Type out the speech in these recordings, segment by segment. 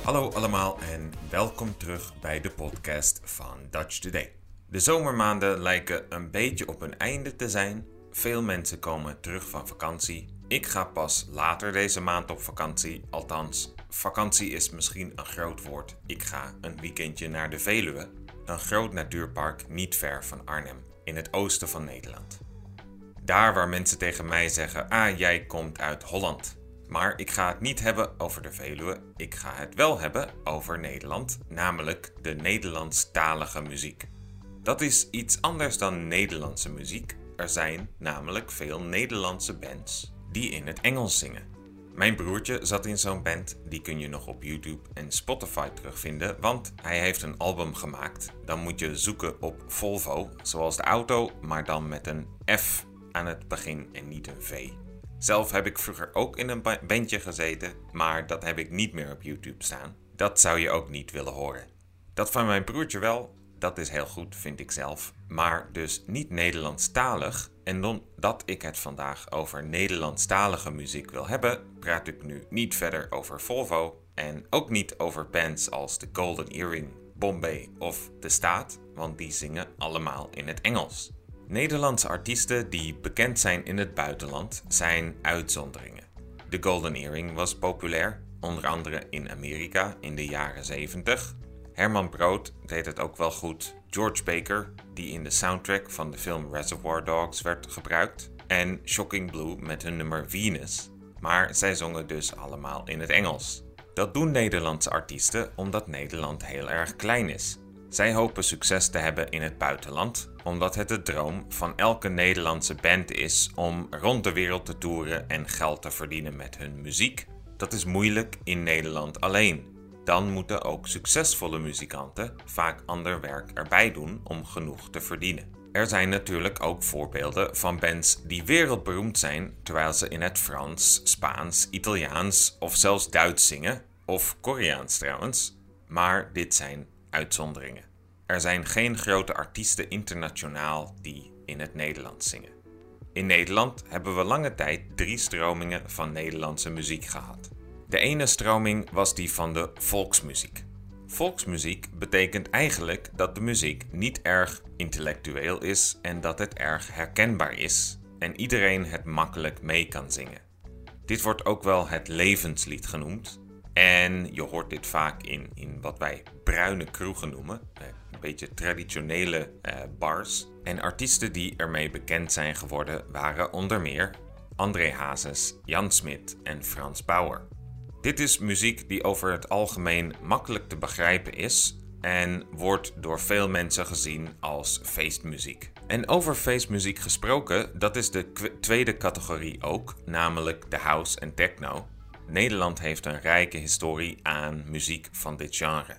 Hallo allemaal en welkom terug bij de podcast van Dutch Today. De zomermaanden lijken een beetje op hun einde te zijn. Veel mensen komen terug van vakantie. Ik ga pas later deze maand op vakantie. Althans, vakantie is misschien een groot woord. Ik ga een weekendje naar de Veluwe. Een groot natuurpark niet ver van Arnhem, in het oosten van Nederland. Daar waar mensen tegen mij zeggen, jij komt uit Holland. Maar ik ga het niet hebben over de Veluwe, ik ga het wel hebben over Nederland, namelijk de Nederlandstalige muziek. Dat is iets anders dan Nederlandse muziek. Er zijn namelijk veel Nederlandse bands die in het Engels zingen. Mijn broertje zat in zo'n band, die kun je nog op YouTube en Spotify terugvinden, want hij heeft een album gemaakt. Dan moet je zoeken op Volvo, zoals de auto, maar dan met een F aan het begin en niet een V. Zelf heb ik vroeger ook in een bandje gezeten, maar dat heb ik niet meer op YouTube staan. Dat zou je ook niet willen horen. Dat van mijn broertje wel, dat is heel goed, vind ik zelf. Maar dus niet Nederlandstalig. En omdat ik het vandaag over Nederlandstalige muziek wil hebben, praat ik nu niet verder over Volvo. En ook niet over bands als The Golden Earring, Bombay of De Staat, want die zingen allemaal in het Engels. Nederlandse artiesten die bekend zijn in het buitenland zijn uitzonderingen. The Golden Earring was populair, onder andere in Amerika in de jaren 70. Herman Brood deed het ook wel goed. George Baker, die in de soundtrack van de film Reservoir Dogs werd gebruikt. En Shocking Blue met hun nummer Venus. Maar zij zongen dus allemaal in het Engels. Dat doen Nederlandse artiesten omdat Nederland heel erg klein is. Zij hopen succes te hebben in het buitenland, omdat het de droom van elke Nederlandse band is om rond de wereld te toeren en geld te verdienen met hun muziek. Dat is moeilijk in Nederland alleen. Dan moeten ook succesvolle muzikanten vaak ander werk erbij doen om genoeg te verdienen. Er zijn natuurlijk ook voorbeelden van bands die wereldberoemd zijn terwijl ze in het Frans, Spaans, Italiaans of zelfs Duits zingen, of Koreaans trouwens, maar dit zijn uitzonderingen. Er zijn geen grote artiesten internationaal die in het Nederlands zingen. In Nederland hebben we lange tijd 3 stromingen van Nederlandse muziek gehad. De ene stroming was die van de volksmuziek. Volksmuziek betekent eigenlijk dat de muziek niet erg intellectueel is en dat het erg herkenbaar is en iedereen het makkelijk mee kan zingen. Dit wordt ook wel het levenslied genoemd. En je hoort dit vaak in wat wij bruine kroegen noemen. Een beetje traditionele bars. En artiesten die ermee bekend zijn geworden waren onder meer André Hazes, Jan Smit en Frans Bauer. Dit is muziek die over het algemeen makkelijk te begrijpen is en wordt door veel mensen gezien als feestmuziek. En over feestmuziek gesproken, dat is de tweede categorie ook, namelijk de house en techno. Nederland heeft een rijke historie aan muziek van dit genre.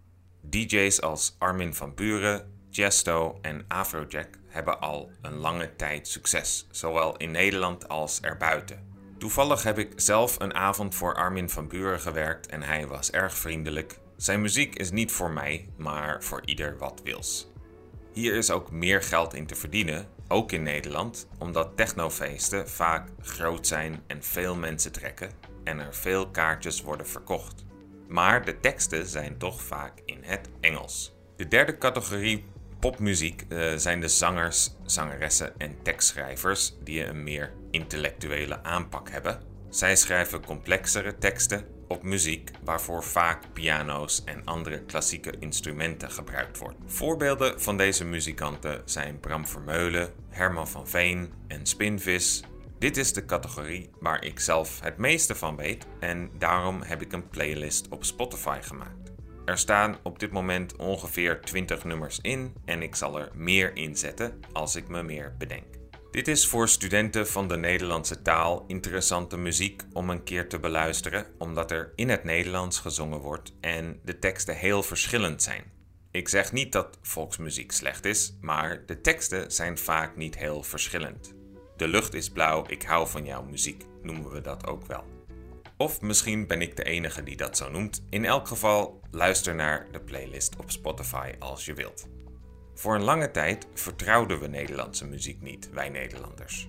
DJ's als Armin van Buuren, Tiesto en Afrojack hebben al een lange tijd succes, zowel in Nederland als erbuiten. Toevallig heb ik zelf een avond voor Armin van Buuren gewerkt en hij was erg vriendelijk. Zijn muziek is niet voor mij, maar voor ieder wat wils. Hier is ook meer geld in te verdienen, ook in Nederland, omdat technofeesten vaak groot zijn en veel mensen trekken en er veel kaartjes worden verkocht. Maar de teksten zijn toch vaak in het Engels. De derde categorie popmuziek zijn de zangers, zangeressen en tekstschrijvers die een meer intellectuele aanpak hebben. Zij schrijven complexere teksten op muziek waarvoor vaak piano's en andere klassieke instrumenten gebruikt worden. Voorbeelden van deze muzikanten zijn Bram Vermeulen, Herman van Veen en Spinvis. Dit is de categorie waar ik zelf het meeste van weet en daarom heb ik een playlist op Spotify gemaakt. Er staan op dit moment ongeveer 20 nummers in en ik zal er meer inzetten als ik me meer bedenk. Dit is voor studenten van de Nederlandse taal interessante muziek om een keer te beluisteren, omdat er in het Nederlands gezongen wordt en de teksten heel verschillend zijn. Ik zeg niet dat volksmuziek slecht is, maar de teksten zijn vaak niet heel verschillend. De lucht is blauw, ik hou van jouw muziek, noemen we dat ook wel. Of misschien ben ik de enige die dat zo noemt. In elk geval, luister naar de playlist op Spotify als je wilt. Voor een lange tijd vertrouwden we Nederlandse muziek niet, wij Nederlanders.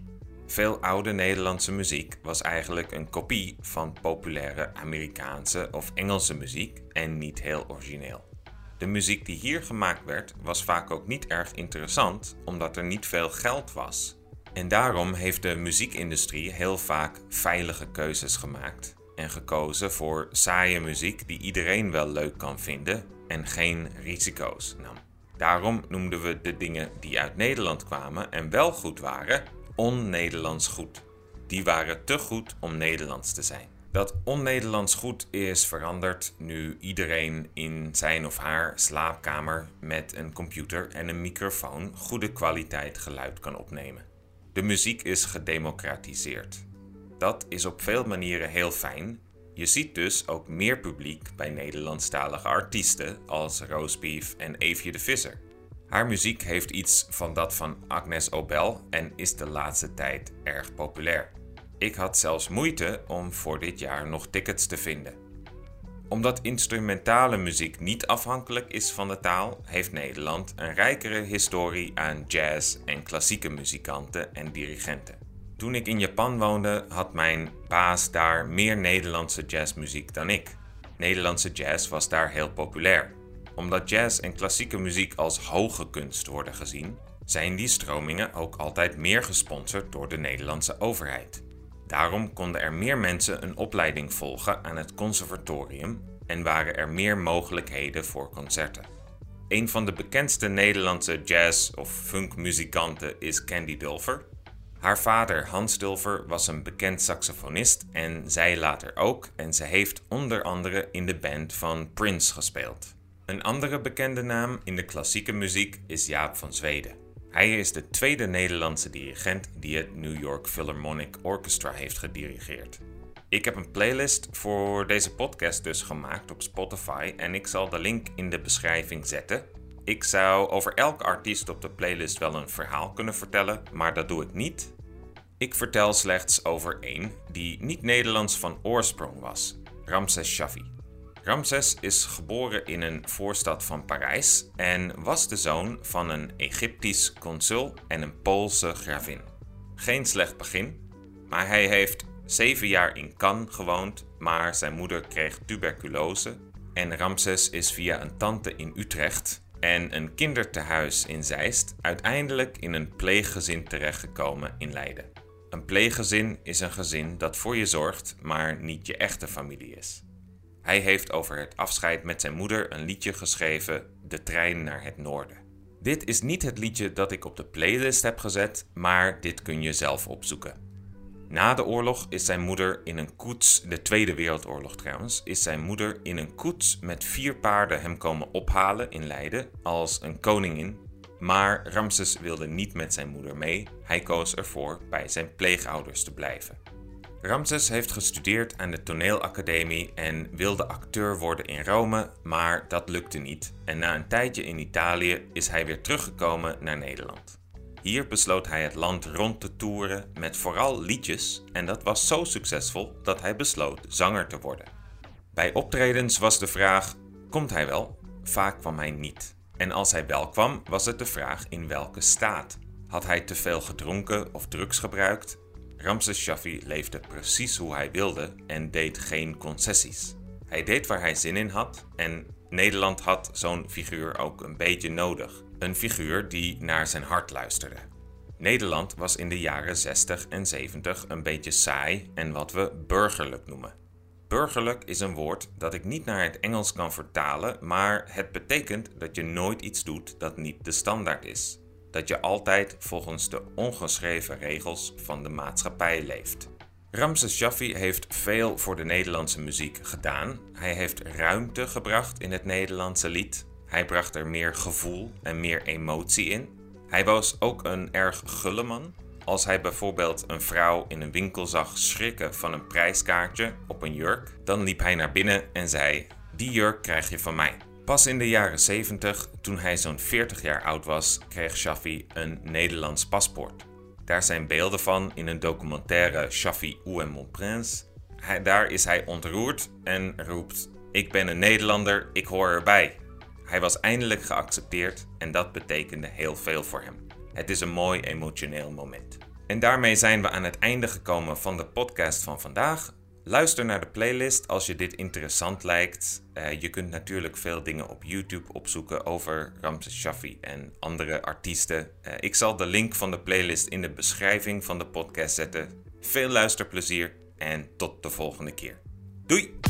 Veel oude Nederlandse muziek was eigenlijk een kopie van populaire Amerikaanse of Engelse muziek en niet heel origineel. De muziek die hier gemaakt werd was vaak ook niet erg interessant omdat er niet veel geld was. En daarom heeft de muziekindustrie heel vaak veilige keuzes gemaakt en gekozen voor saaie muziek die iedereen wel leuk kan vinden en geen risico's nam. Daarom noemden we de dingen die uit Nederland kwamen en wel goed waren, on-Nederlands goed. Die waren te goed om Nederlands te zijn. Dat on-Nederlands goed is veranderd nu iedereen in zijn of haar slaapkamer met een computer en een microfoon goede kwaliteit geluid kan opnemen. De muziek is gedemocratiseerd. Dat is op veel manieren heel fijn. Je ziet dus ook meer publiek bij Nederlandstalige artiesten als Roastbeef en Eefje de Visser. Haar muziek heeft iets van dat van Agnes Obel en is de laatste tijd erg populair. Ik had zelfs moeite om voor dit jaar nog tickets te vinden. Omdat instrumentale muziek niet afhankelijk is van de taal, heeft Nederland een rijkere historie aan jazz en klassieke muzikanten en dirigenten. Toen ik in Japan woonde, had mijn baas daar meer Nederlandse jazzmuziek dan ik. Nederlandse jazz was daar heel populair. Omdat jazz en klassieke muziek als hoge kunst worden gezien, zijn die stromingen ook altijd meer gesponsord door de Nederlandse overheid. Daarom konden er meer mensen een opleiding volgen aan het conservatorium en waren er meer mogelijkheden voor concerten. Een van de bekendste Nederlandse jazz- of funkmuzikanten is Candy Dulfer. Haar vader Hans Dulfer was een bekend saxofonist en zij later ook en ze heeft onder andere in de band van Prince gespeeld. Een andere bekende naam in de klassieke muziek is Jaap van Zweden. Hij is de tweede Nederlandse dirigent die het New York Philharmonic Orchestra heeft gedirigeerd. Ik heb een playlist voor deze podcast dus gemaakt op Spotify en ik zal de link in de beschrijving zetten. Ik zou over elke artiest op de playlist wel een verhaal kunnen vertellen, maar dat doe ik niet. Ik vertel slechts over één die niet Nederlands van oorsprong was, Ramses Shaffi. Ramses is geboren in een voorstad van Parijs en was de zoon van een Egyptisch consul en een Poolse gravin. Geen slecht begin, maar hij heeft 7 jaar in Cannes gewoond, maar zijn moeder kreeg tuberculose en Ramses is via een tante in Utrecht en een kindertehuis in Zeist uiteindelijk in een pleeggezin terechtgekomen in Leiden. Een pleeggezin is een gezin dat voor je zorgt, maar niet je echte familie is. Hij heeft over het afscheid met zijn moeder een liedje geschreven, De trein naar het noorden. Dit is niet het liedje dat ik op de playlist heb gezet, maar dit kun je zelf opzoeken. Na de oorlog is zijn moeder in een koets, de Tweede Wereldoorlog trouwens, is zijn moeder in een koets met 4 paarden hem komen ophalen in Leiden als een koningin. Maar Ramses wilde niet met zijn moeder mee, hij koos ervoor bij zijn pleegouders te blijven. Ramses heeft gestudeerd aan de toneelacademie en wilde acteur worden in Rome, maar dat lukte niet. En na een tijdje in Italië is hij weer teruggekomen naar Nederland. Hier besloot hij het land rond te toeren met vooral liedjes en dat was zo succesvol dat hij besloot zanger te worden. Bij optredens was de vraag, komt hij wel? Vaak kwam hij niet. En als hij wel kwam, was het de vraag in welke staat. Had hij te veel gedronken of drugs gebruikt? Ramses Shaffi leefde precies hoe hij wilde en deed geen concessies. Hij deed waar hij zin in had en Nederland had zo'n figuur ook een beetje nodig. Een figuur die naar zijn hart luisterde. Nederland was in de jaren 60 en 70 een beetje saai en wat we burgerlijk noemen. Burgerlijk is een woord dat ik niet naar het Engels kan vertalen, maar het betekent dat je nooit iets doet dat niet de standaard is. Dat je altijd volgens de ongeschreven regels van de maatschappij leeft. Ramses Shaffi heeft veel voor de Nederlandse muziek gedaan. Hij heeft ruimte gebracht in het Nederlandse lied. Hij bracht er meer gevoel en meer emotie in. Hij was ook een erg gulle man. Als hij bijvoorbeeld een vrouw in een winkel zag schrikken van een prijskaartje op een jurk, dan liep hij naar binnen en zei: "Die jurk krijg je van mij." Pas in de jaren 70, toen hij zo'n 40 jaar oud was, kreeg Shaffi een Nederlands paspoort. Daar zijn beelden van in een documentaire Shaffi Où est mon prince. Daar is hij ontroerd en roept: "Ik ben een Nederlander, ik hoor erbij." Hij was eindelijk geaccepteerd en dat betekende heel veel voor hem. Het is een mooi emotioneel moment. En daarmee zijn we aan het einde gekomen van de podcast van vandaag. Luister naar de playlist als je dit interessant lijkt. Je kunt natuurlijk veel dingen op YouTube opzoeken over Ramses Shaffi en andere artiesten. Ik zal de link van de playlist in de beschrijving van de podcast zetten. Veel luisterplezier en tot de volgende keer. Doei!